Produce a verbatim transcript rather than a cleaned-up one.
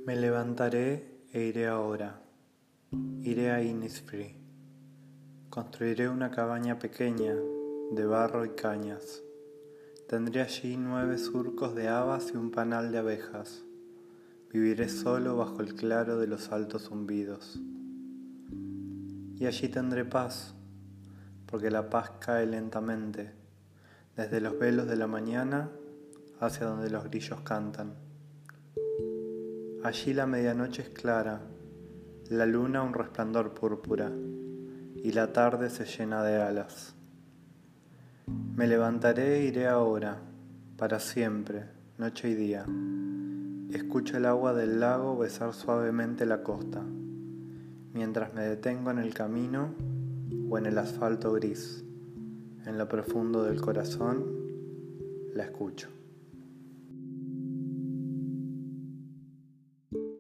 Me levantaré e iré ahora. Iré a Innisfree. Construiré una cabaña pequeña de barro y cañas. Tendré allí nueve surcos de habas y un panal de abejas. Viviré solo bajo el claro de los altos zumbidos. Y allí tendré paz, porque la paz cae lentamente, desde los velos de la mañana hacia donde los grillos cantan. Allí la medianoche es clara, la luna un resplandor púrpura, y la tarde se llena de alas. Me levantaré e iré ahora, para siempre, noche y día. Escucho el agua del lago besar suavemente la costa, mientras me detengo en el camino o en el asfalto gris. En lo profundo del corazón, la escucho.